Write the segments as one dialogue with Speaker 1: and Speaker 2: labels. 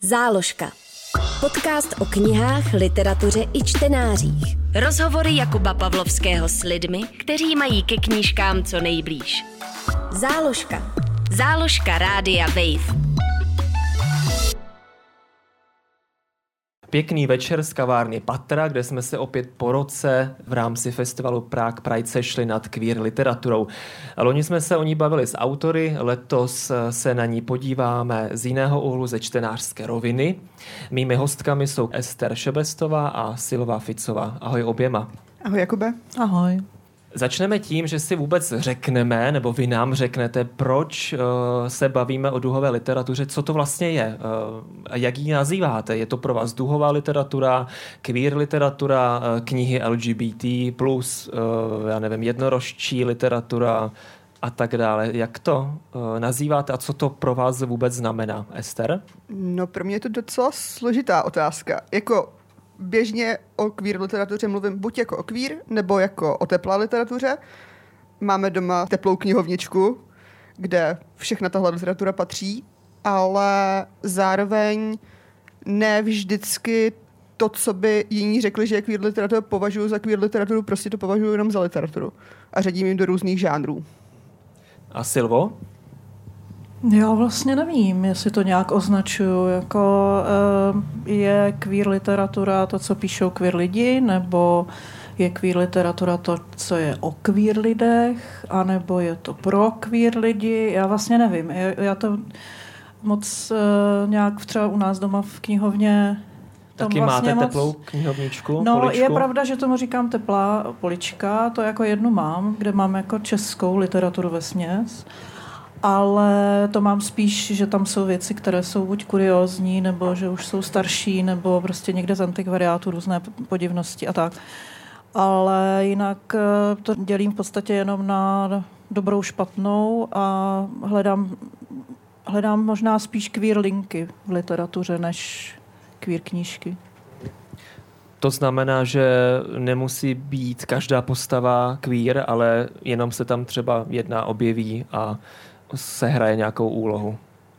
Speaker 1: Záložka. Podcast o knihách, literatuře i čtenářích. Rozhovory Jakuba Pavlovského s lidmi, kteří mají ke knížkám co nejblíž. Záložka. Záložka Rádia Wave.
Speaker 2: Pěkný večer z kavárny Patra, kde jsme se opět po roce v rámci festivalu Prague Pride sešli nad queer literaturou. Loni jsme se o ní bavili s autory, letos se na ní podíváme z jiného úhlu, ze čtenářské roviny. Mými hostkami jsou Ester Šebestová a Silva Ficová. Ahoj oběma.
Speaker 3: Ahoj Jakube.
Speaker 4: Ahoj.
Speaker 2: Začneme tím, že si vůbec řekneme, nebo vy nám řeknete, proč se bavíme o duhové literatuře, co to vlastně je, jak ji nazýváte. Je to pro vás duhová literatura, queer literatura, knihy LGBT+, já nevím, jednorožčí literatura a tak dále. Jak to nazýváte a co to pro vás vůbec znamená, Ester?
Speaker 3: No pro mě je to docela složitá otázka. Jako běžně o queer literatuře mluvím buď jako o queer, nebo jako o teplé literatuře. Máme doma teplou knihovničku, kde všechna tahle literatura patří, ale zároveň ne vždycky to, co by jiní řekli, že je queer literatura, považuji za queer literaturu, prostě to považuji jenom za literaturu. A řadím jim do různých žánrů.
Speaker 2: A Silvo?
Speaker 4: Já vlastně nevím, jestli to nějak označuju, jako je queer literatura to, co píšou queer lidi, nebo je queer literatura to, co je o queer lidech, anebo je to pro queer lidi, já vlastně nevím. Já to moc nějak třeba u nás doma v knihovně
Speaker 2: taky vlastně máte teplou knihovničku,
Speaker 4: no,
Speaker 2: poličku?
Speaker 4: Je pravda, že tomu říkám teplá polička, to jako jednu mám, kde mám jako českou literaturu vesměs. Ale to mám spíš, že tam jsou věci, které jsou buď kuriózní, nebo že už jsou starší, nebo prostě někde z antikvariátu různé podivnosti a tak. Ale jinak to dělím v podstatě jenom na dobrou, špatnou a hledám možná spíš queer linky v literatuře, než queer knížky.
Speaker 2: To znamená, že nemusí být každá postava queer, ale jenom se tam třeba jedna objeví a se hraje nějakou úlohu.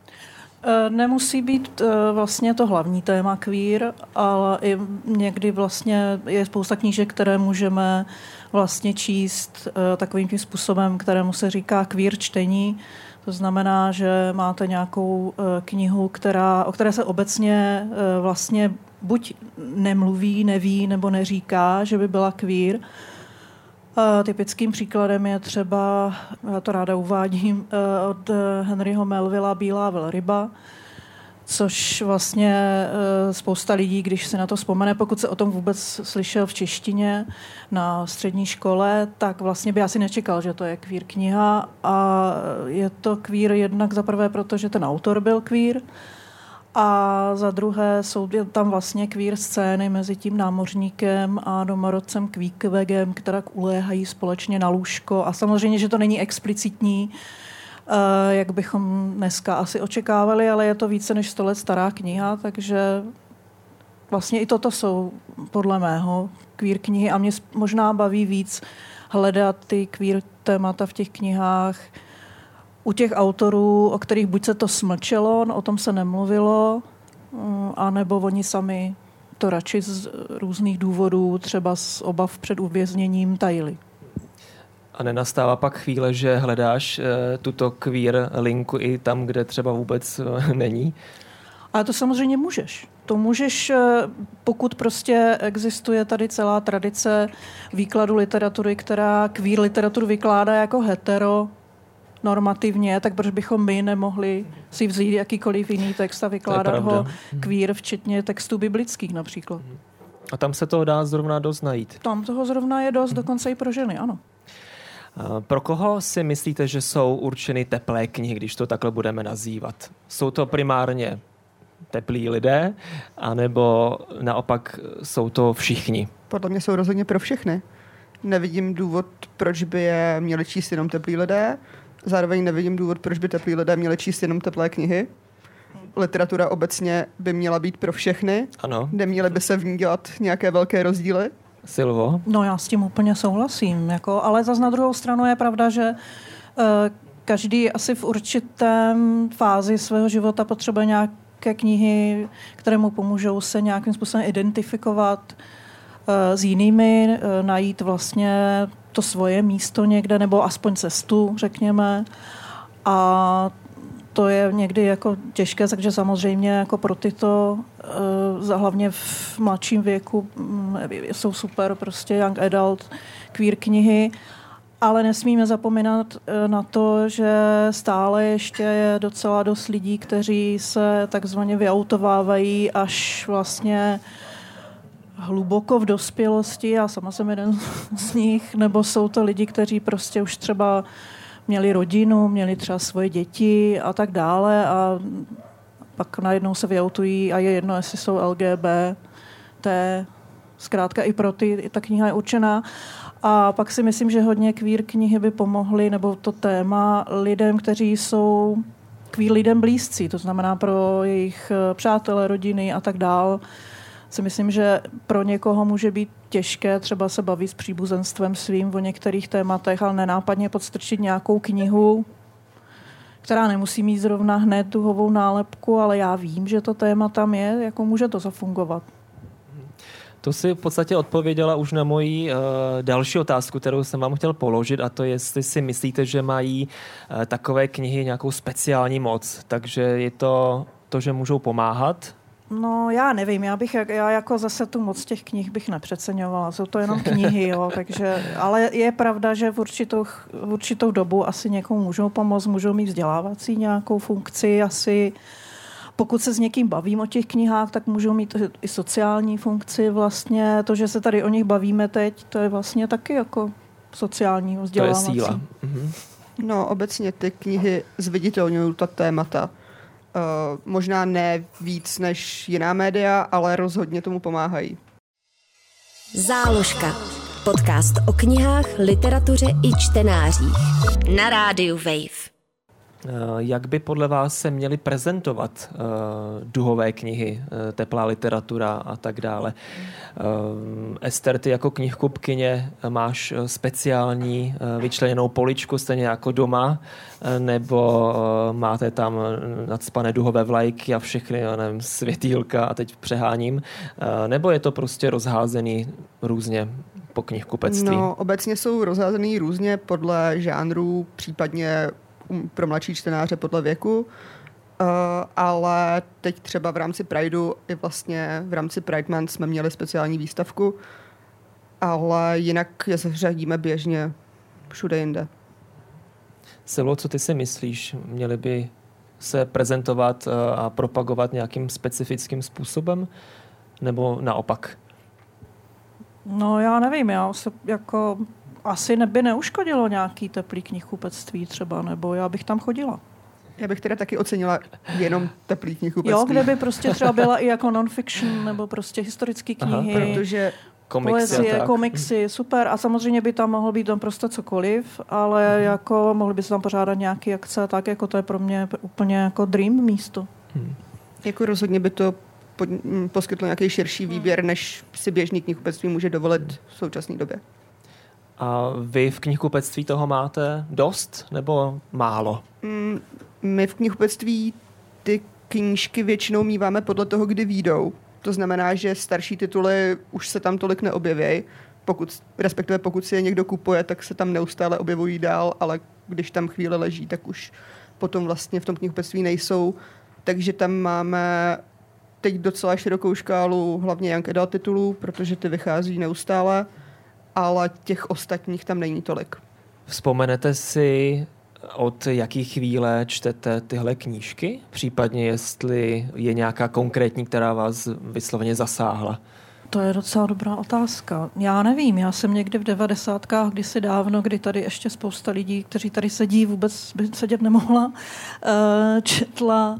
Speaker 4: Nemusí být vlastně to hlavní téma queer, ale i někdy vlastně je spousta knížek, které můžeme vlastně číst takovým tím způsobem, kterému se říká queer čtení. To znamená, že máte nějakou knihu, o které se obecně vlastně buď nemluví, neví nebo neříká, že by byla queer. Typickým příkladem je třeba, já to ráda uvádím, od Henryho Melvilla Bílá velryba, což vlastně spousta lidí, když si na to vzpomene, pokud se o tom vůbec slyšel v češtině na střední škole, tak vlastně by asi nečekal, že to je queer kniha a je to queer jednak za prvé, protože ten autor byl queer, a za druhé jsou tam vlastně queer scény mezi tím námořníkem a domorodcem Kvīkvegem, které uléhají společně na lůžko. A samozřejmě, že to není explicitní, jak bychom dneska asi očekávali, ale je to více než 100 let stará kniha, takže vlastně i toto jsou podle mého queer knihy a mě možná baví víc hledat ty queer témata v těch knihách, u těch autorů, o kterých buď se to smlčelo, o tom se nemluvilo, anebo oni sami to radši z různých důvodů, třeba z obav před uvězněním, tajili.
Speaker 2: A nenastává pak chvíle, že hledáš tuto queer linku i tam, kde třeba vůbec není?
Speaker 4: Ale to samozřejmě můžeš. To můžeš, pokud prostě existuje tady celá tradice výkladu literatury, která queer literaturu vykládá jako hetero, normativně, tak proč bychom my nemohli si vzít jakýkoliv jiný text a vykládat ho queer, včetně textů biblických například.
Speaker 2: A tam se toho dá zrovna dost najít.
Speaker 4: Tam toho zrovna je dost, dokonce i pro ženy, ano.
Speaker 2: Pro koho si myslíte, že jsou určeny teplé knihy, když to takhle budeme nazývat? Jsou to primárně teplí lidé, anebo naopak jsou to všichni?
Speaker 3: Podle mě jsou rozhodně pro všechny. Nevidím důvod, proč by je měli číst jenom teplí lidé. Zároveň nevidím důvod, proč by teplí lidé měli číst jenom teplé knihy. Literatura obecně by měla být pro všechny.
Speaker 2: Ano.
Speaker 3: Neměly by se v ní dělat nějaké velké rozdíly.
Speaker 2: Silvo?
Speaker 4: No já s tím úplně souhlasím. Ale zas na druhou stranu je pravda, že každý asi v určitém fázi svého života potřebuje nějak autorské knihy, které mu pomůžou se nějakým způsobem identifikovat s jinými, najít vlastně to svoje místo někde, nebo aspoň cestu, řekněme. A to je někdy jako těžké, takže samozřejmě jako pro tyto, hlavně v mladším věku, jsou super prostě young adult queer knihy, ale nesmíme zapomínat na to, že stále ještě je docela dost lidí, kteří se takzvaně vyautovávají až vlastně hluboko v dospělosti. Já sama jsem jeden z nich, nebo jsou to lidi, kteří prostě už třeba měli rodinu, měli třeba svoje děti a tak dále a pak najednou se vyautují a je jedno, jestli jsou LGBT, zkrátka i pro ty ta kniha je určená. A pak si myslím, že hodně queer knihy by pomohly, nebo to téma lidem, kteří jsou queer lidem blízcí, to znamená pro jejich přátelé, rodiny a tak dál. Si myslím, že pro někoho může být těžké třeba se bavit s příbuzenstvem svým o některých tématech, ale nenápadně podstrčit nějakou knihu, která nemusí mít zrovna hned duhovou nálepku, ale já vím, že to téma tam je, jako může to zafungovat.
Speaker 2: To si v podstatě odpověděla už na moji další otázku, kterou jsem vám chtěl položit, a to je, jestli si myslíte, že mají takové knihy nějakou speciální moc. Takže je to, že můžou pomáhat?
Speaker 4: No, já nevím, já jako zase tu moc těch knih bych nepřeceňovala, jsou to jenom knihy, jo, takže, ale je pravda, že v určitou dobu asi někomu můžou pomoct, můžou mít vzdělávací nějakou funkci, asi pokud se s někým bavím o těch knihách, tak můžou mít i sociální funkci vlastně, to, že se tady o nich bavíme teď, to je vlastně taky jako sociální vzdělávací.
Speaker 2: To je síla.
Speaker 3: No, obecně ty knihy zviditelňují ta témata. Možná ne víc než jiná média, ale rozhodně tomu pomáhají.
Speaker 1: Záložka. Podcast o knihách, literatuře i čtenářích. Na rádiu Wave.
Speaker 2: Jak by podle vás se měly prezentovat duhové knihy, teplá literatura a tak dále? Ester, ty jako knihkupkyně máš speciální vyčleněnou poličku, stejně jako doma, nebo máte tam nacpané duhové vlajky a všechny, já nevím, světýlka, a teď přeháním, nebo je to prostě rozházený různě po knihkupectví?
Speaker 3: No, obecně jsou rozházený různě podle žánrů, případně pro mladší čtenáře podle věku, ale teď třeba v rámci Prideu i vlastně v rámci Pride Month jsme měli speciální výstavku, ale jinak je zařadíme běžně všude jinde.
Speaker 2: Silo, co ty si myslíš? Měly by se prezentovat a propagovat nějakým specifickým způsobem? Nebo naopak?
Speaker 4: No já nevím, já se jako asi by neuškodilo nějaký teplý knihkupectví třeba, nebo já bych tam chodila.
Speaker 3: Já bych teda taky ocenila jenom teplý knihkupectví.
Speaker 4: Jo, kde by prostě třeba byla i jako non-fiction, nebo prostě historické knihy.
Speaker 3: Aha, protože
Speaker 4: poezie, komiksy, super. A samozřejmě by tam mohlo být tam prostě cokoliv, ale jako mohli by se tam pořádat nějaký akce, tak jako to je pro mě úplně jako dream místo.
Speaker 3: Jako rozhodně by to poskytlo nějaký širší výběr, než si běžný knihkupectví může dovolit v současné době.
Speaker 2: A vy v knihkupectví toho máte dost nebo málo?
Speaker 3: My v knihkupectví ty knížky většinou míváme podle toho, kdy vyjdou. To znamená, že starší tituly už se tam tolik neobjeví. Pokud si je někdo kupuje, tak se tam neustále objevují dál, ale když tam chvíli leží, tak už potom vlastně v tom knihkupectví nejsou. Takže tam máme teď docela širokou škálu hlavně young adult titulů, protože ty vychází neustále, ale těch ostatních tam není tolik.
Speaker 2: Vzpomenete si, od jaký chvíle čtete tyhle knížky? Případně jestli je nějaká konkrétní, která vás vysloveně zasáhla?
Speaker 4: To je docela dobrá otázka. Já nevím, já jsem někdy v 90kách, kdysi dávno, kdy tady ještě spousta lidí, kteří tady sedí, vůbec by sedět nemohla, četla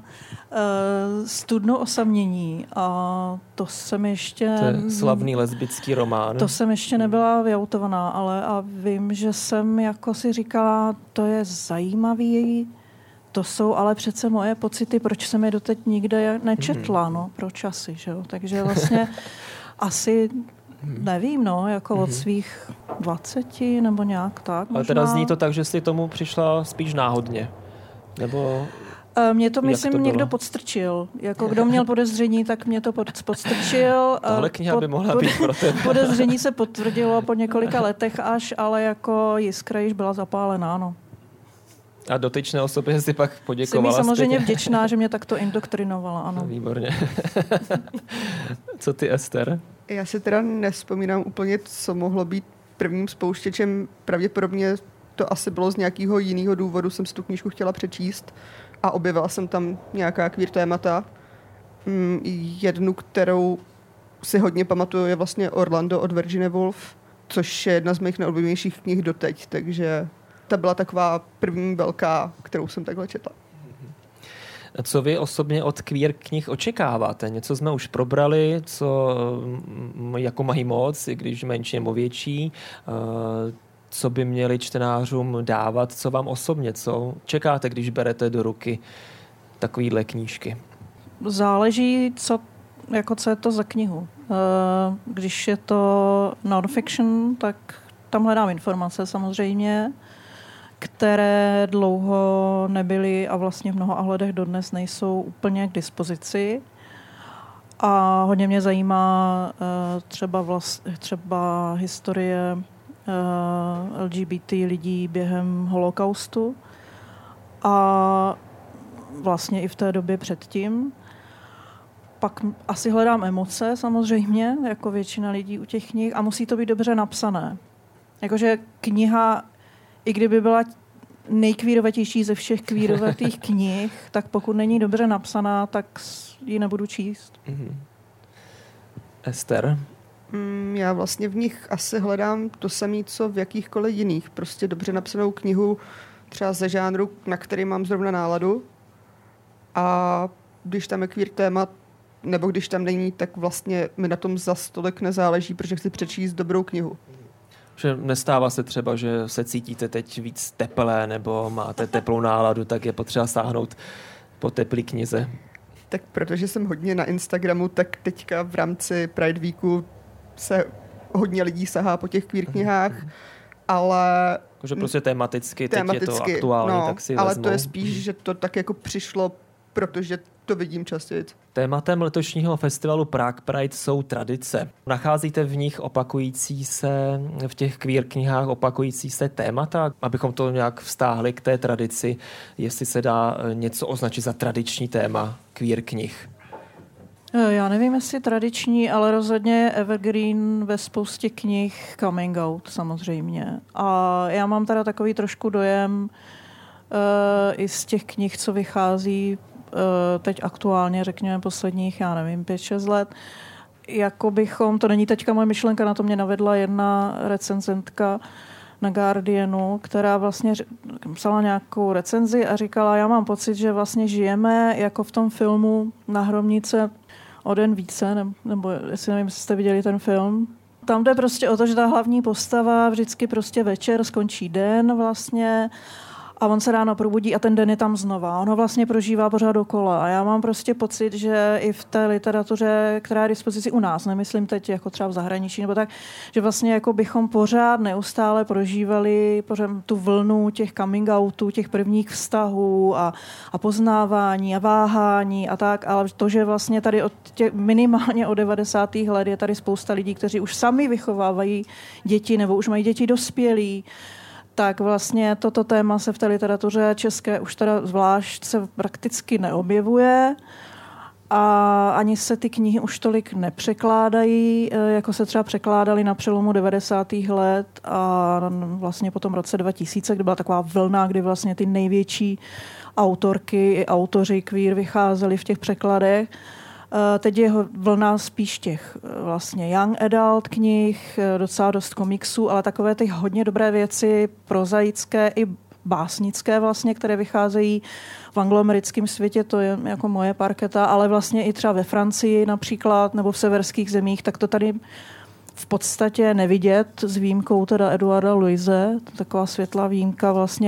Speaker 4: Studno osamění a to jsem ještě...
Speaker 2: To je slavný lesbický román.
Speaker 4: To jsem ještě nebyla vyautovaná, ale a vím, že jsem jako si říkala, to je zajímavý, to jsou ale přece moje pocity, proč jsem je doteď nikde nečetla, no, pro časy, že jo, takže vlastně asi nevím, no, jako od svých 20 nebo nějak tak.
Speaker 2: Ale
Speaker 4: možná.
Speaker 2: teda zní to tak, že jsi tomu přišla spíš náhodně, nebo...
Speaker 4: Mě to, myslím, někdo podstrčil. Jako kdo měl podezření, tak mě to podstrčil.
Speaker 2: Tohle kniha by mohla být pro tebe.
Speaker 4: Podezření se potvrdilo po několika letech až, ale jako jiskra již byla zapálená, no.
Speaker 2: A dotyčné osobě si pak poděkovala.
Speaker 4: Jsem jí samozřejmě vděčná, že mě takto indoktrinovala, ano.
Speaker 2: Výborně. Co ty, Ester?
Speaker 3: Já si teda nevzpomínám úplně, co mohlo být prvním spouštěčem. Pravděpodobně to asi bylo z nějakého jiného důvodu, jsem si tu knížku chtěla přečíst a objevila jsem tam nějaká queer témata. Jednu, kterou si hodně pamatuju, je vlastně Orlando od Virginia Woolf, což je jedna z mých nejoblíbenějších knih doteď, takže ta byla taková první velká, kterou jsem takhle četla.
Speaker 2: Co vy osobně od queer knih očekáváte? Něco jsme už probrali, co jako mají moc, i když menší nebo větší, co by měli čtenářům dávat, co vám osobně, co čekáte, když berete do ruky takovýhle knížky?
Speaker 4: Záleží, co je to za knihu. Když je to non-fiction, tak tam hledám informace samozřejmě, které dlouho nebyly a vlastně v mnoha ohledech dodnes nejsou úplně k dispozici. A hodně mě zajímá třeba historie LGBT lidí během holokaustu a vlastně i v té době předtím. Pak asi hledám emoce samozřejmě, jako většina lidí u těch knih, a musí to být dobře napsané. Jakože kniha, i kdyby byla nejkvírovatější ze všech kvírovatých knih, tak pokud není dobře napsaná, tak ji nebudu číst.
Speaker 2: Ester?
Speaker 3: Já vlastně v nich asi hledám to samé, co v jakýchkoliv jiných. Prostě dobře napsanou knihu, třeba ze žánru, na který mám zrovna náladu. A když tam je queer téma, nebo když tam není, tak vlastně mi na tom za stolik nezáleží, protože chci přečíst dobrou knihu.
Speaker 2: Že nestává se třeba, že se cítíte teď víc teplé nebo máte teplou náladu, tak je potřeba sáhnout po teplý knize.
Speaker 3: Tak protože jsem hodně na Instagramu, tak teďka v rámci Pride Weeku se hodně lidí sahá po těch queer knihách, ale...
Speaker 2: Že prostě tematicky, teď je to aktuální, tak si
Speaker 3: ale
Speaker 2: vezmu.
Speaker 3: to je spíš, že to tak jako přišlo, protože to vidím častěji.
Speaker 2: Tématem letošního festivalu Prague Pride jsou tradice. Nacházíte v nich v těch queer knihách opakující se témata, abychom to nějak vztáhli k té tradici, jestli se dá něco označit za tradiční téma queer knih?
Speaker 4: Já nevím, jestli tradiční, ale rozhodně je evergreen ve spoustě knih coming out samozřejmě. A já mám teda takový trošku dojem i z těch knih, co vychází teď aktuálně, řekněme posledních, 5-6 let, jako bychom, to není teďka moje myšlenka, na to mě navedla jedna recenzentka na Guardianu, která vlastně psala nějakou recenzi a říkala, já mám pocit, že vlastně žijeme jako v tom filmu Na hromnice o den více, nebo jestli nevím, jestli jste viděli ten film. Tam jde prostě o to, že ta hlavní postava vždycky prostě večer skončí den vlastně a on se ráno probudí a ten den je tam znova. On ho vlastně prožívá pořád dokola. A já mám prostě pocit, že i v té literatuře, která je dispozici u nás, nemyslím teď jako třeba v zahraničí, nebo tak, že vlastně jako bychom pořád neustále prožívali tu vlnu těch coming outů, těch prvních vztahů a poznávání a váhání a tak, ale to, že vlastně tady minimálně od 90. let je tady spousta lidí, kteří už sami vychovávají děti nebo už mají děti dospělí, tak vlastně toto téma se v té literatuře české už teda zvlášť se prakticky neobjevuje a ani se ty knihy už tolik nepřekládají, jako se třeba překládaly na přelomu 90. let a vlastně po tom roce 2000, kdy byla taková vlna, kdy vlastně ty největší autorky i autoři queer vycházeli v těch překladech. Teď je vlna spíš těch vlastně young adult knih, docela dost komiksů, ale takové ty hodně dobré věci, prozaické i básnické vlastně, které vycházejí v angloamerickém světě, to je jako moje parketa, ale vlastně i třeba ve Francii například, nebo v severských zemích, tak to tady v podstatě nevidět, s výjimkou teda Eduarda Louise, taková světlá výjimka vlastně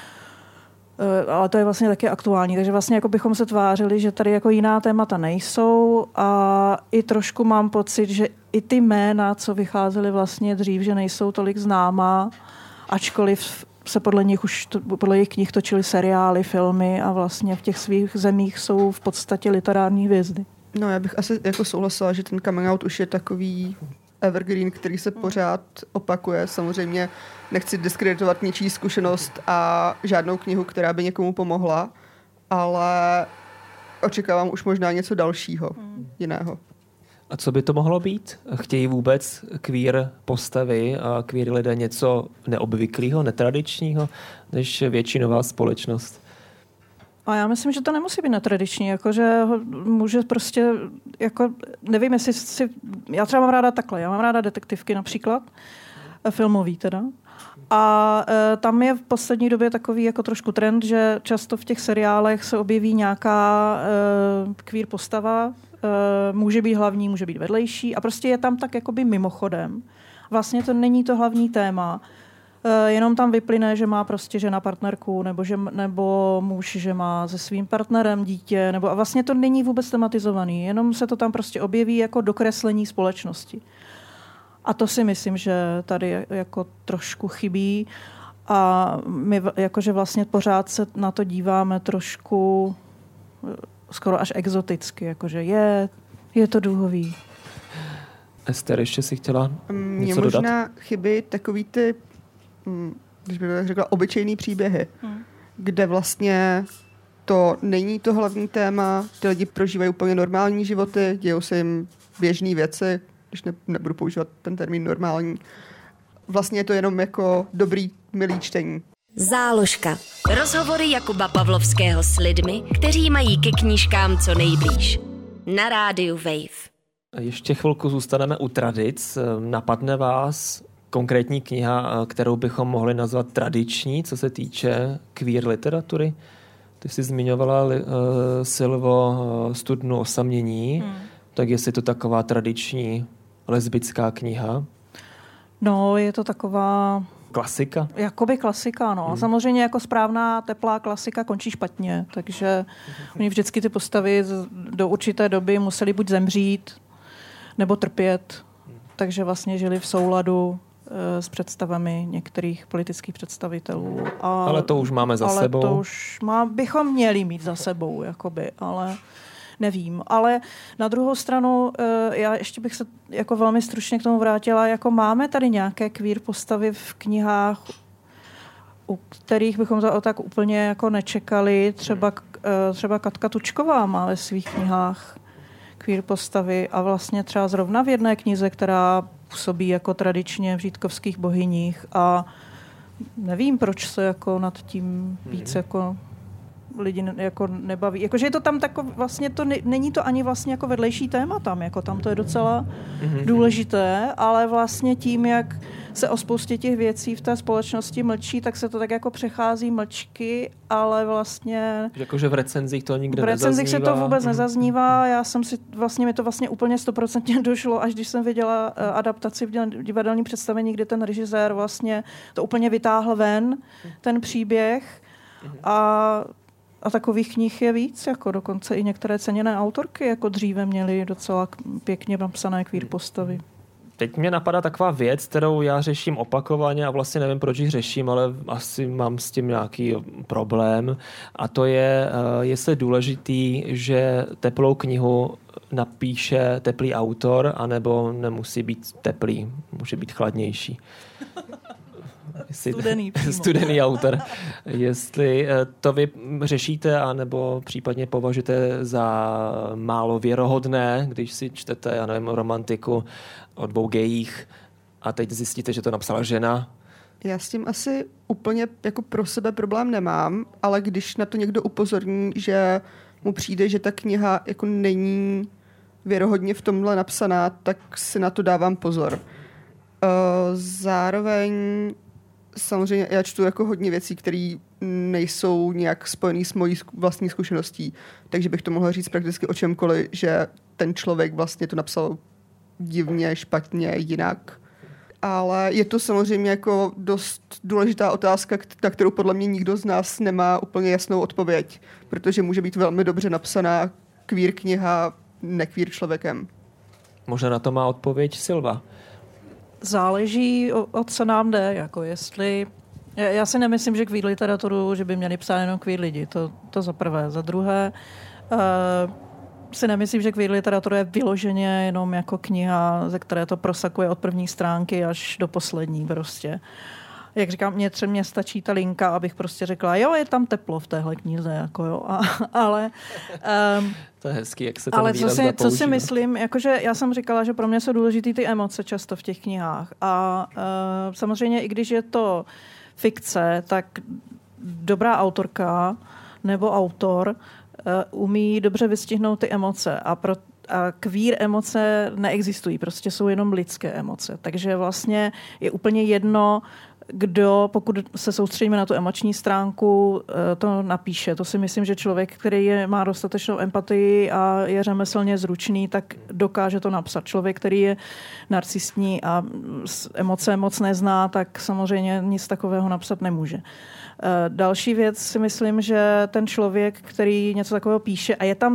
Speaker 4: ale to je vlastně taky aktuální, takže vlastně jako bychom se tvářili, že tady jako jiná témata nejsou a i trošku mám pocit, že i ty jména, co vycházely vlastně dřív, že nejsou tolik známá, ačkoliv se podle jejich knih točily seriály, filmy a vlastně v těch svých zemích jsou v podstatě literární hvězdy.
Speaker 3: No, já bych asi jako souhlasila, že ten coming out už je takový evergreen, který se pořád opakuje. Samozřejmě nechci diskreditovat něčí zkušenost a žádnou knihu, která by někomu pomohla, ale očekávám už možná něco dalšího, jiného.
Speaker 2: A co by to mohlo být? Chtějí vůbec queer postavy a queer lidé něco neobvyklého, netradičního, než většinová společnost?
Speaker 4: A já myslím, že to nemusí být netradiční, jakože může prostě, jako, nevím, jestli si, já třeba mám ráda takhle, já mám ráda detektivky například, filmový teda, a tam je v poslední době takový jako trošku trend, že často v těch seriálech se objeví nějaká queer postava, může být hlavní, může být vedlejší a prostě je tam tak jakoby mimochodem. Vlastně to není to hlavní téma, jenom tam vyplyne, že má prostě žena partnerku nebo muž, že má se svým partnerem dítě, a vlastně to není vůbec tematizovaný, jenom se to tam prostě objeví jako dokreslení společnosti. A to si myslím, že tady jako trošku chybí a my jakože vlastně pořád se na to díváme trošku skoro až exoticky, jakože je to duhový.
Speaker 2: Ester, ještě si chtěla něco
Speaker 3: dodat?
Speaker 2: Mně
Speaker 3: možná chybí takový ty, když bych tak řekla, obyčejný příběhy, kde vlastně to není to hlavní téma, ty lidi prožívají úplně normální životy, dějou se jim běžné věci, když nebudu používat ten termín normální. Vlastně je to jenom jako dobrý, milý čtení.
Speaker 1: Záložka. Rozhovory Jakuba Pavlovského s lidmi, kteří mají ke knížkám co nejblíž. Na rádiu Wave.
Speaker 2: Ještě chvilku zůstaneme u tradic. Napadne vás konkrétní kniha, kterou bychom mohli nazvat tradiční, co se týče queer literatury? Ty jsi zmiňovala Silvo Studnu Osamění, tak jestli to taková tradiční lesbická kniha? No,
Speaker 4: je to taková...
Speaker 2: Klasika?
Speaker 4: Jakoby klasika, no. Samozřejmě jako správná teplá klasika končí špatně, takže oni vždycky ty postavy do určité doby museli buď zemřít, nebo trpět, takže vlastně žili v souladu s představami některých politických představitelů.
Speaker 2: Ale to už máme za sebou.
Speaker 4: To už bychom měli mít za sebou, jakoby, ale nevím. Ale na druhou stranu, já ještě bych se jako velmi stručně k tomu vrátila, jako máme tady nějaké queer postavy v knihách, u kterých bychom to tak úplně jako nečekali. Třeba Katka Tučková má ve svých knihách queer postavy a vlastně třeba zrovna v jedné knize, která působí jako tradičně v žítkovských bohyních a nevím, proč se jako nad tím víc jako lidi jako nebaví. Jakože je to tam vlastně to není to ani vlastně jako vedlejší téma tam, jako tam to je docela důležité, ale vlastně tím, jak se o spoustě těch věcí v té společnosti mlčí, tak se to tak jako přechází mlčky, ale vlastně...
Speaker 2: Jakože v recenzích to nikde
Speaker 4: nezaznívá. V recenzích se to vůbec nezaznívá. Já jsem si mi to vlastně úplně 100% došlo, až když jsem viděla adaptaci v divadelním představení, kde ten režisér vlastně to úplně vytáhl ven, ten příběh a takových knih je víc, jako dokonce i některé ceněné autorky, jako dříve měly docela pěkně napsané queer postavy.
Speaker 2: Teď mě napadá taková věc, kterou já řeším opakovaně a vlastně nevím, proč ji řeším, ale asi mám s tím nějaký problém. A to je, jestli důležitý, že teplou knihu napíše teplý autor, anebo nemusí být teplý, může být chladnější. Studený autor. Jestli to vy řešíte, anebo případně považujete za málo věrohodné, když si čtete, já nevím, romantiku o dvou gejích a teď zjistíte, že to napsala žena.
Speaker 3: Já s tím asi úplně jako pro sebe problém nemám, ale když na to někdo upozorní, že mu přijde, že ta kniha jako není věrohodně v tomhle napsaná, tak si na to dávám pozor. Zároveň samozřejmě já čtu jako hodně věcí, které nejsou nějak spojený s mojí vlastní zkušeností, takže bych to mohla říct prakticky o čemkoliv, že ten člověk vlastně to napsal divně, špatně, jinak. Ale je to samozřejmě jako dost důležitá otázka, na kterou podle mě nikdo z nás nemá úplně jasnou odpověď, protože může být velmi dobře napsaná queer kniha nekvír člověkem.
Speaker 2: Možná na to má odpověď Silva.
Speaker 4: Záleží, o co nám jde, jako jestli Já si nemyslím, že queer literaturu, že by měli psát jenom queer lidi. To za prvé. Za druhé, si nemyslím, že queer literatura je vyloženě jenom jako kniha, ze které to prosakuje od první stránky až do poslední prostě. Jak říkám, mně stačí ta linka, abych prostě řekla, jo, je tam teplo v téhle knize, jako jo, ale...
Speaker 2: to je hezký, jak se ten
Speaker 4: ale
Speaker 2: výraz
Speaker 4: co si myslím, jakože já jsem říkala, že pro mě jsou důležitý ty emoce často v těch knihách a samozřejmě i když je to fikce, tak dobrá autorka nebo autor umí dobře vystihnout ty emoce a queer emoce neexistují, prostě jsou jenom lidské emoce. Takže vlastně je úplně jedno, kdo, pokud se soustředíme na tu emoční stránku, to napíše. To si myslím, že člověk, který má dostatečnou empatii a je řemeslně zručný, tak dokáže to napsat. Člověk, který je narcistní a emoce moc nezná, tak samozřejmě nic takového napsat nemůže. Další věc si myslím, že ten člověk, který něco takového píše a je tam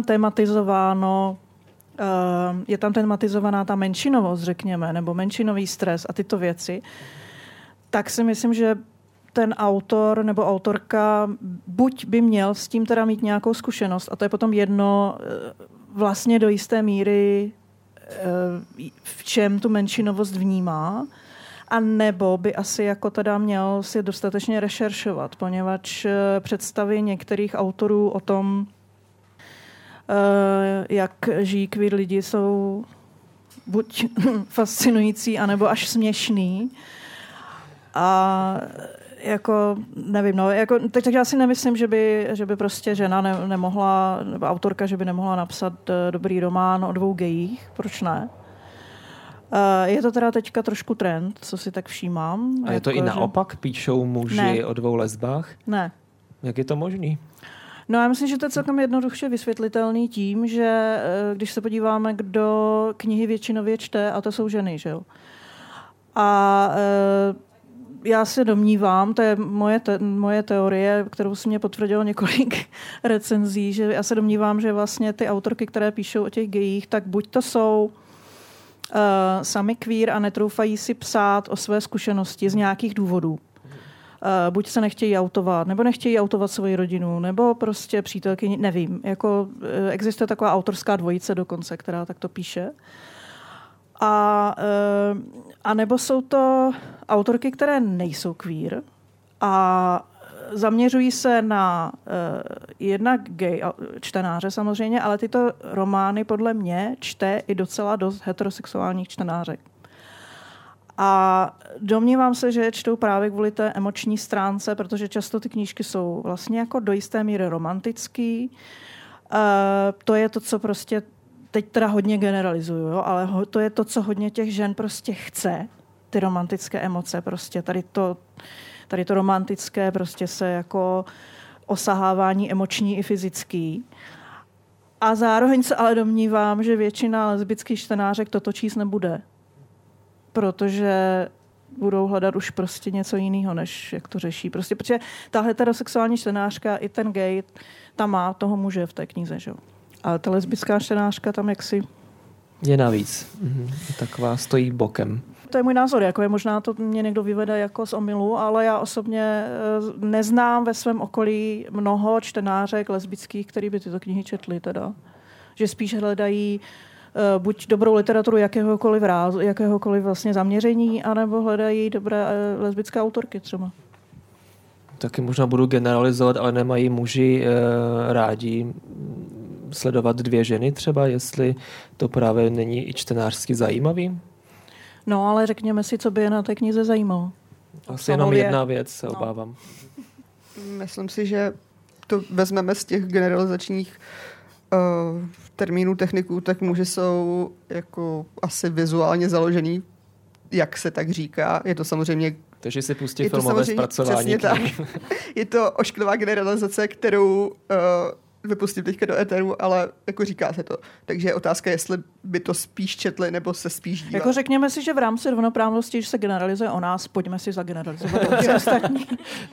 Speaker 4: tematizovaná ta menšinovost, řekněme, nebo menšinový stres a tyto věci, tak si myslím, že ten autor nebo autorka buď by měl s tím teda mít nějakou zkušenost, a to je potom jedno vlastně do jisté míry, v čem tu menšinovost vnímá, a nebo by asi jako teda měl si dostatečně rešeršovat, poněvadž představy některých autorů o tom, jak žijí queer lidi, jsou buď fascinující, anebo až směšný. A jako, nevím, no, jako, takže já si nemyslím, že by prostě žena nemohla, nebo autorka, že by nemohla napsat dobrý román o dvou gejích. Proč ne? Je to teda teďka trošku trend, co si tak všímám.
Speaker 2: A je to i naopak? Píšou muži o dvou lesbách?
Speaker 4: Ne.
Speaker 2: Jak je to možný?
Speaker 4: No já myslím, že to je celkem jednoduše vysvětlitelný tím, že když se podíváme, kdo knihy většinově čte, a to jsou ženy, že jo? A já se domnívám, to je moje teorie, kterou si mě potvrdilo několik recenzí, že já se domnívám, že vlastně ty autorky, které píšou o těch gejích, tak buď to jsou sami queer a netroufají si psát o své zkušenosti z nějakých důvodů. Buď se nechtějí autovat, nebo nechtějí autovat svoji rodinu, nebo prostě přítelkyni, nevím. Jako, existuje taková autorská dvojice dokonce, která takto píše. A nebo jsou to autorky, které nejsou queer a zaměřují se na jednak gay čtenáře samozřejmě, ale tyto romány podle mě čte i docela dost heterosexuálních čtenářek. A domnívám se, že čtou právě kvůli té emoční stránce, protože často ty knížky jsou vlastně jako do jisté míry romantický. To je to, co prostě teď teda hodně generalizuju, jo, ale to je to, co hodně těch žen prostě chce, ty romantické emoce, prostě tady to romantické prostě se jako osahávání emoční i fyzický. A zároveň se ale domnívám, že většina lesbických čtenářek toto číst nebude, protože budou hledat už prostě něco jiného, než jak to řeší. Prostě, protože ta heterosexuální čtenářka i ten gay, ta má toho muže v té knize, že jo. Ale ta lesbická čtenářka tam jaksi...
Speaker 2: Je navíc. Taková stojí bokem.
Speaker 4: To je můj názor, jako je možná to mě někdo vyvede jako z omylu, ale já osobně neznám ve svém okolí mnoho čtenářek lesbických, který by tyto knihy četli teda. Že spíš hledají buď dobrou literaturu jakéhokoliv vlastně zaměření, anebo hledají dobré lesbické autorky třeba.
Speaker 2: Taky možná budu generalizovat, ale nemají muži rádi sledovat dvě ženy třeba, jestli to právě není i čtenářsky zajímavý?
Speaker 4: No, ale řekněme si, co by je na té knize zajímalo.
Speaker 2: Asi jenom jedna věc, se obávám.
Speaker 3: Myslím si, že to vezmeme z těch generalizačních termínů, techniků, tak muži jsou jako asi vizuálně založený, jak se tak říká. Je to samozřejmě...
Speaker 2: Takže si pustí filmové zpracování.
Speaker 3: Je to ošklivá generalizace, kterou vypustím teďka do éteru, ale jako říká se to. Takže je otázka, jestli by to spíš četli, nebo se spíš dívali.
Speaker 4: Jako řekněme si, že v rámci rovnoprávnosti, když se generalizuje o nás, pojďme si zageneralizovat ostatní.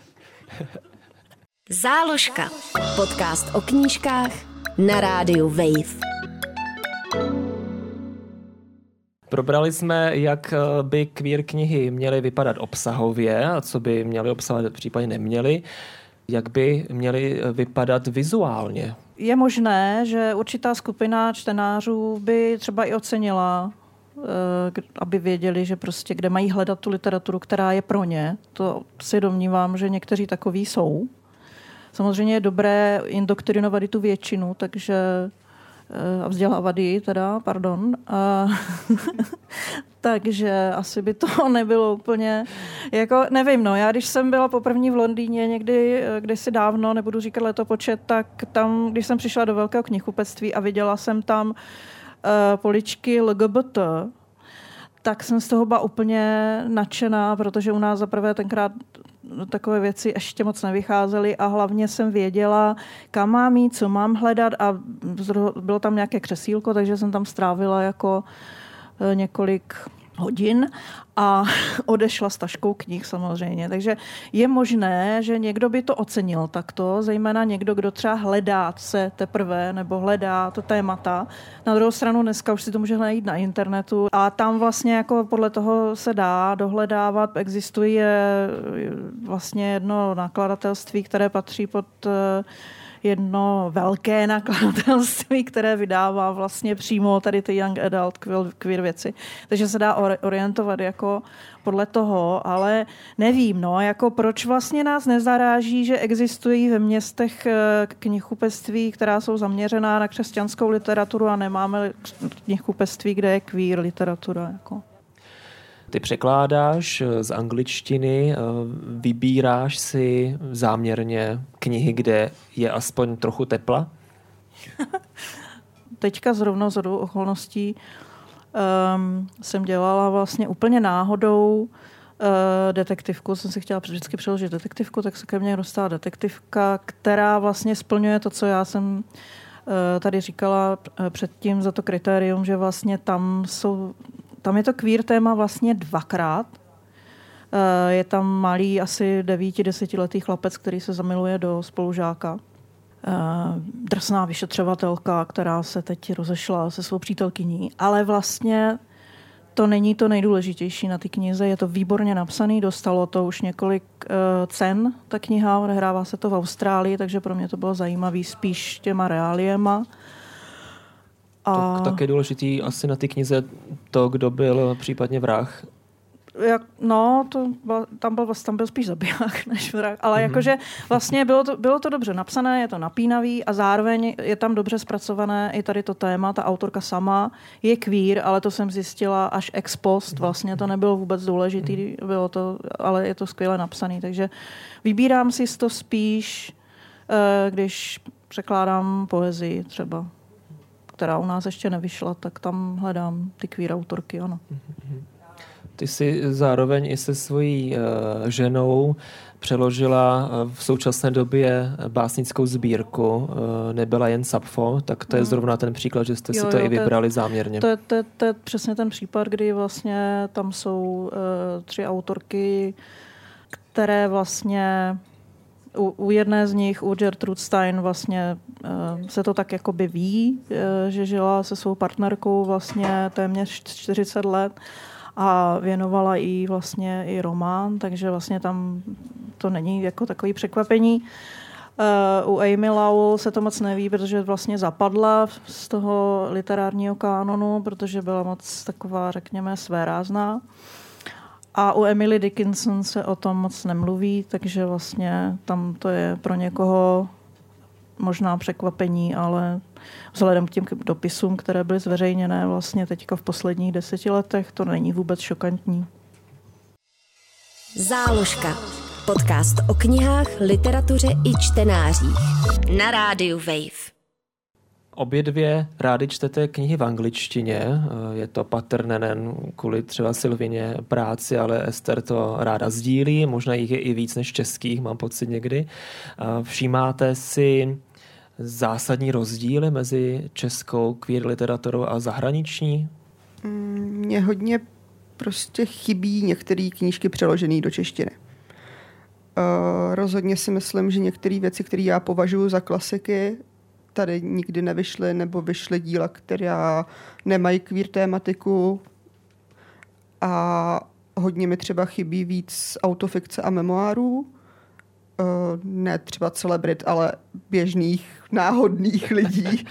Speaker 1: Záložka. Podcast o knížkách na rádiu Wave.
Speaker 2: Probrali jsme, jak by queer knihy měly vypadat obsahově a co by měly obsahovat, případně neměly. Jak by měly vypadat vizuálně?
Speaker 4: Je možné, že určitá skupina čtenářů by třeba i ocenila, aby věděli, že prostě kde mají hledat tu literaturu, která je pro ně. To si domnívám, že někteří takoví jsou. Samozřejmě je dobré indoktrinovat i tu většinu, takže a vzdělávat ji teda, pardon. Takže asi by to nebylo úplně, jako nevím, no, já když jsem byla poprvé v Londýně někdy, kdysi dávno, nebudu říkat letopočet, tak tam, když jsem přišla do velkého knihkupectví a viděla jsem tam poličky LGBT, tak jsem z toho byla úplně nadšená, protože u nás zaprvé tenkrát takové věci ještě moc nevycházely a hlavně jsem věděla, kam mám jít, co mám hledat a bylo tam nějaké křesílko, takže jsem tam strávila jako několik hodin a odešla s taškou knih samozřejmě. Takže je možné, že někdo by to ocenil takto, zejména někdo, kdo třeba hledá se teprve nebo hledá to témata. Na druhou stranu dneska už si to může najít na internetu a tam vlastně jako podle toho se dá dohledávat. Existuje vlastně jedno nakladatelství, které patří pod jedno velké nakladatelství, které vydává vlastně přímo tady ty young adult queer věci. Takže se dá orientovat jako podle toho, ale nevím, no, jako proč vlastně nás nezaráží, že existují ve městech knihkupectví, která jsou zaměřená na křesťanskou literaturu a nemáme knihkupectví, kde je queer literatura, jako.
Speaker 2: Ty překládáš z angličtiny, vybíráš si záměrně knihy, kde je aspoň trochu tepla? Teďka
Speaker 4: zrovna shodou okolností jsem dělala vlastně úplně náhodou detektivku. Jsem si chtěla vždycky přeložit detektivku, tak se ke mně dostala detektivka, která vlastně splňuje to, co já jsem tady říkala předtím za to kritérium, že vlastně tam je to queer téma vlastně dvakrát. Je tam malý, asi 9-10letý chlapec, který se zamiluje do spolužáka. Drsná vyšetřovatelka, která se teď rozešla se svou přítelkyní. Ale vlastně to není to nejdůležitější na té knize. Je to výborně napsaný, dostalo to už několik cen, ta kniha, odehrává se to v Austrálii, takže pro mě to bylo zajímavé spíš těma reáliema.
Speaker 2: Tak je důležitý asi na té knize to, kdo byl případně vrah.
Speaker 4: Tam byl spíš zabiják než vrah, ale jakože vlastně bylo to dobře napsané, je to napínavý a zároveň je tam dobře zpracované i tady to téma, ta autorka sama je queer, ale to jsem zjistila až ex post, vlastně to nebylo vůbec důležitý, ale je to skvěle napsaný, takže vybírám si to spíš, když překládám poezii třeba, která u nás ještě nevyšla, tak tam hledám ty queer autorky, ano.
Speaker 2: Ty jsi zároveň i se svojí ženou přeložila v současné době básnickou sbírku Nebyla jen Sapfo, tak to je zrovna ten příklad, že jste si to i vybrali záměrně.
Speaker 4: To je přesně ten případ, kdy vlastně tam jsou 3 autorky, které vlastně u jedné z nich, u Gertrude Stein, vlastně se to tak jakoby ví, že žila se svou partnerkou vlastně téměř 40 let a věnovala jí vlastně i román, takže vlastně tam to není jako takový překvapení. U Amy Lowell se to moc neví, protože vlastně zapadla z toho literárního kánonu, protože byla moc taková, řekněme, svérázná. A u Emily Dickinson se o tom moc nemluví, takže vlastně tam to je pro někoho možná překvapení, ale vzhledem k těm dopisům, které byly zveřejněné vlastně teďka v posledních 10 letech, to není vůbec šokantní.
Speaker 1: Záložka. Podcast o knihách, literatuře i čtenářích. Na rádiu Wave.
Speaker 2: Obě dvě rádi čtete knihy v angličtině. Je to patrné nejen kvůli třeba Silvině práci, ale Ester to ráda sdílí. Možná jich je i víc než českých, mám pocit někdy. Všímáte si zásadní rozdíly mezi českou queer literaturou a zahraniční?
Speaker 3: Mně hodně prostě chybí některé knížky přeložené do češtiny. Rozhodně si myslím, že některé věci, které já považuji za klasiky, tady nikdy nevyšly, nebo vyšly díla, která nemají queer tématiku, a hodně mi třeba chybí víc autofikce a memoárů. Ne třeba celebrit, ale běžných, náhodných lidí.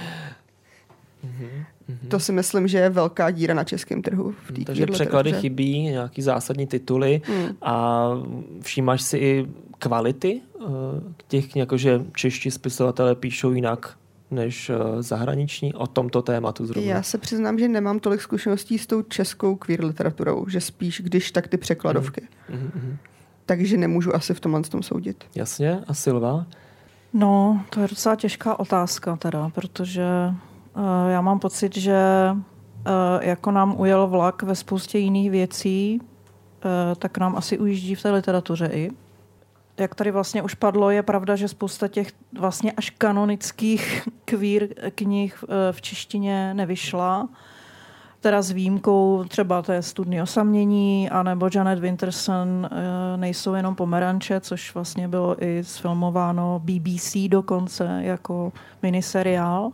Speaker 3: To si myslím, že je velká díra na českém trhu.
Speaker 2: Takže překlady chybí, nějaký zásadní tituly a všímáš si i kvality těch, jakože čeští spisovatelé píšou jinak než zahraniční o tomto tématu zrovna?
Speaker 3: Já se přiznám, že nemám tolik zkušeností s tou českou queer literaturou, že spíš když tak ty překladovky. Takže nemůžu asi v tomhle tom soudit.
Speaker 2: Jasně. A Silva?
Speaker 4: No, to je docela těžká otázka teda, protože já mám pocit, že jako nám ujel vlak ve spoustě jiných věcí, tak nám asi ujíždí v té literatuře i. Jak tady vlastně už padlo, je pravda, že spousta těch vlastně až kanonických queer knih v češtině nevyšla. Teda s výjimkou třeba té Studny osamění, anebo Janet Winterson Nejsou jenom pomeranče, což vlastně bylo i sfilmováno BBC dokonce jako miniseriál.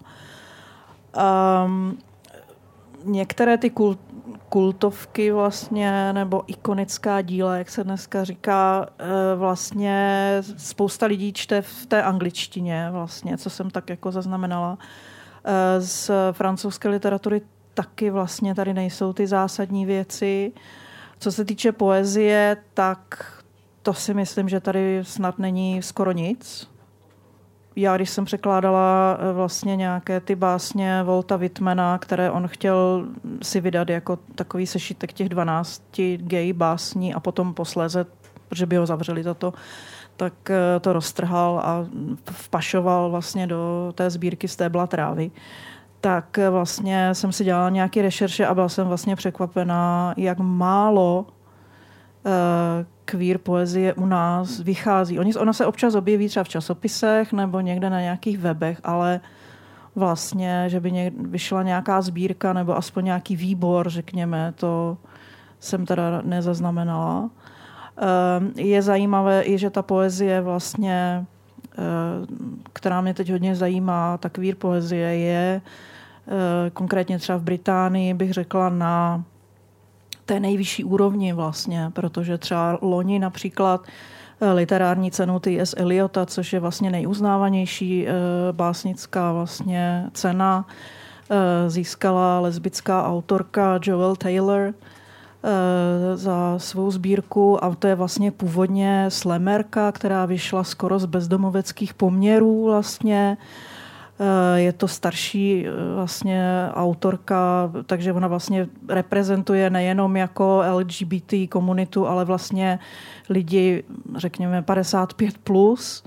Speaker 4: Některé ty kultovky vlastně, nebo ikonická díla, jak se dneska říká, vlastně spousta lidí čte v té angličtině vlastně, co jsem tak jako zaznamenala. Z francouzské literatury taky vlastně tady nejsou ty zásadní věci. Co se týče poezie, tak to si myslím, že tady snad není skoro nic. Já, když jsem překládala vlastně nějaké ty básně Walta Whitmana, které on chtěl si vydat jako takový sešitek těch 12 gay básní a potom posléze, protože by ho zavřeli za to, tak to roztrhal a vpašoval vlastně do té sbírky Stébla trávy. Tak vlastně jsem si dělala nějaké rešerše a byla jsem vlastně překvapená, jak málo queer poezie u nás vychází. Ona se občas objeví třeba v časopisech nebo někde na nějakých webech, ale vlastně, že by vyšla nějaká sbírka nebo aspoň nějaký výbor, řekněme, to jsem teda nezaznamenala. Je zajímavé i, že ta poezie vlastně, která mě teď hodně zajímá, ta queer poezie je konkrétně třeba v Británii, bych řekla, na té nejvyšší úrovni vlastně, protože třeba loni například literární cenu T.S. Eliota, což je vlastně nejuznávanější básnická vlastně cena, získala lesbická autorka Joelle Taylor za svou sbírku a to je vlastně původně slamerka, která vyšla skoro z bezdomoveckých poměrů vlastně. Je to starší vlastně autorka, takže ona vlastně reprezentuje nejenom jako LGBT komunitu, ale vlastně lidi, řekněme, 55+.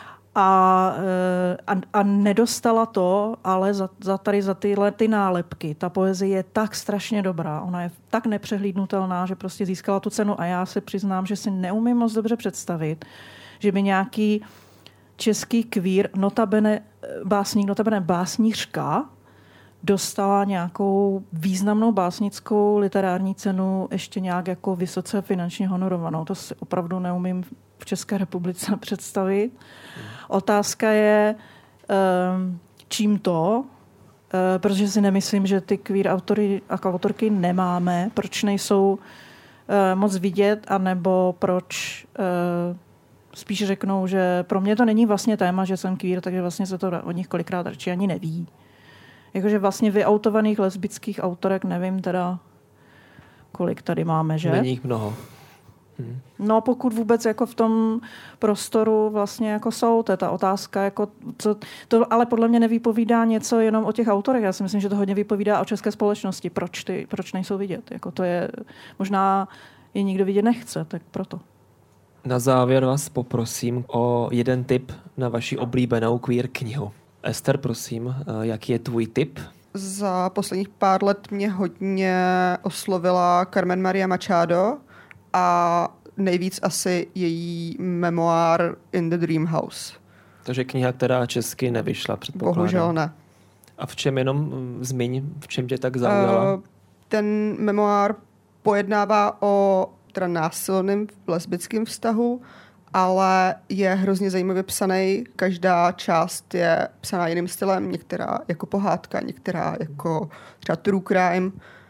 Speaker 4: A nedostala to, ale za tyhle ty nálepky. Ta poezie je tak strašně dobrá, ona je tak nepřehlídnutelná, že prostě získala tu cenu a já se přiznám, že si neumím moc dobře představit, že by nějaký český queer, notabene básnířka, dostala nějakou významnou básnickou literární cenu ještě nějak jako vysoce finančně honorovanou. To si opravdu neumím v České republice představit. Otázka je, čím to, protože si nemyslím, že ty queer autory a autorky nemáme, proč nejsou moc vidět, anebo proč spíš řeknou, že pro mě to není vlastně téma, že jsem queer, takže vlastně se to od nich kolikrát radši ani neví. Jakože vlastně vyautovaných lesbických autorek nevím teda, kolik tady máme, že?
Speaker 2: Není jich mnoho.
Speaker 4: No pokud vůbec jako v tom prostoru vlastně jako jsou, to je ta otázka, jako co, to ale podle mě nevypovídá něco jenom o těch autorech. Já si myslím, že to hodně vypovídá o české společnosti. Proč nejsou vidět? Jako to je, možná je nikdo vidět nechce, tak proto.
Speaker 2: Na závěr vás poprosím o jeden tip na vaši oblíbenou queer knihu. Ester, prosím, jaký je tvůj tip?
Speaker 3: Za posledních pár let mě hodně oslovila Carmen Maria Machado a nejvíc asi její memoár In the Dream House.
Speaker 2: Takže kniha, která česky nevyšla, předpokládám.
Speaker 3: Bohužel ne.
Speaker 2: A v čem jenom v čem tě tak zaujala?
Speaker 3: Ten memoár pojednává o teda násilným lesbickém vztahu, ale je hrozně zajímavě psaný. Každá část je psaná jiným stylem, některá jako pohádka, některá jako třeba true crime.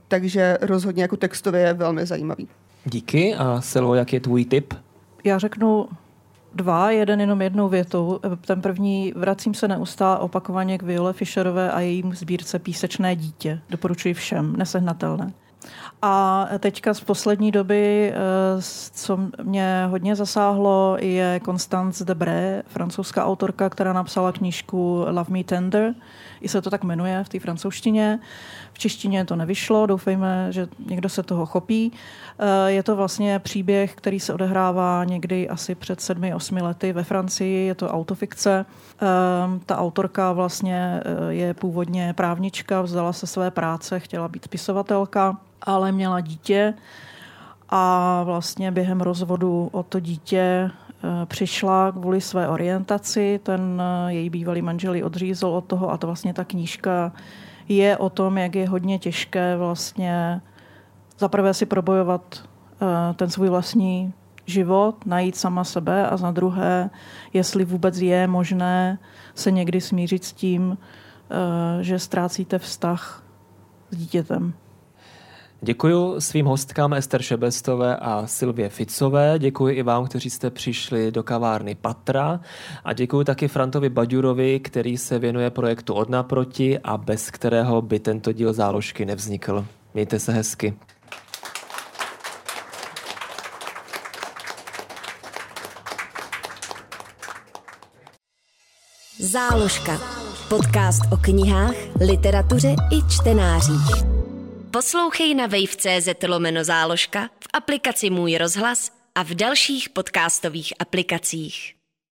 Speaker 3: takže rozhodně jako textově je velmi zajímavý.
Speaker 2: Díky. A Silvo, jak je tvůj tip?
Speaker 4: Já řeknu 2, jeden jenom jednou větou. Ten první, vracím se neustále opakovaně k Viole Fischerové a jejím sbírce Písečné dítě. Doporučuji všem, nesehnatelné. A teďka z poslední doby, co mě hodně zasáhlo, je Constance Debré, francouzská autorka, která napsala knížku Love Me Tender. I se to tak jmenuje v té francouzštině. V češtině to nevyšlo, doufejme, že někdo se toho chopí. Je to vlastně příběh, který se odehrává někdy asi před 7-8 lety ve Francii. Je to autofikce. Ta autorka vlastně je původně právnička, vzdala se své práce, chtěla být spisovatelka, ale měla dítě a vlastně během rozvodu o to dítě přišla kvůli své orientaci. Ten její bývalý manžel ji odřízl od toho a to vlastně ta knížka je o tom, jak je hodně těžké vlastně zaprvé si probojovat ten svůj vlastní život, najít sama sebe a za druhé, jestli vůbec je možné se někdy smířit s tím, že ztrácíte vztah s dítětem.
Speaker 2: Děkuji svým hostkám Ester Šebestové a Silvě Ficové. Děkuji i vám, kteří jste přišli do kavárny Patra. A děkuji taky Frantovi Baďurovi, který se věnuje projektu Od naproti a bez kterého by tento díl Záložky nevznikl. Mějte se hezky.
Speaker 1: Záložka. Podcast o knihách, literatuře i čtenářích. Poslouchej na wave.cz/záložka, v aplikaci Můj rozhlas a v dalších podcastových aplikacích.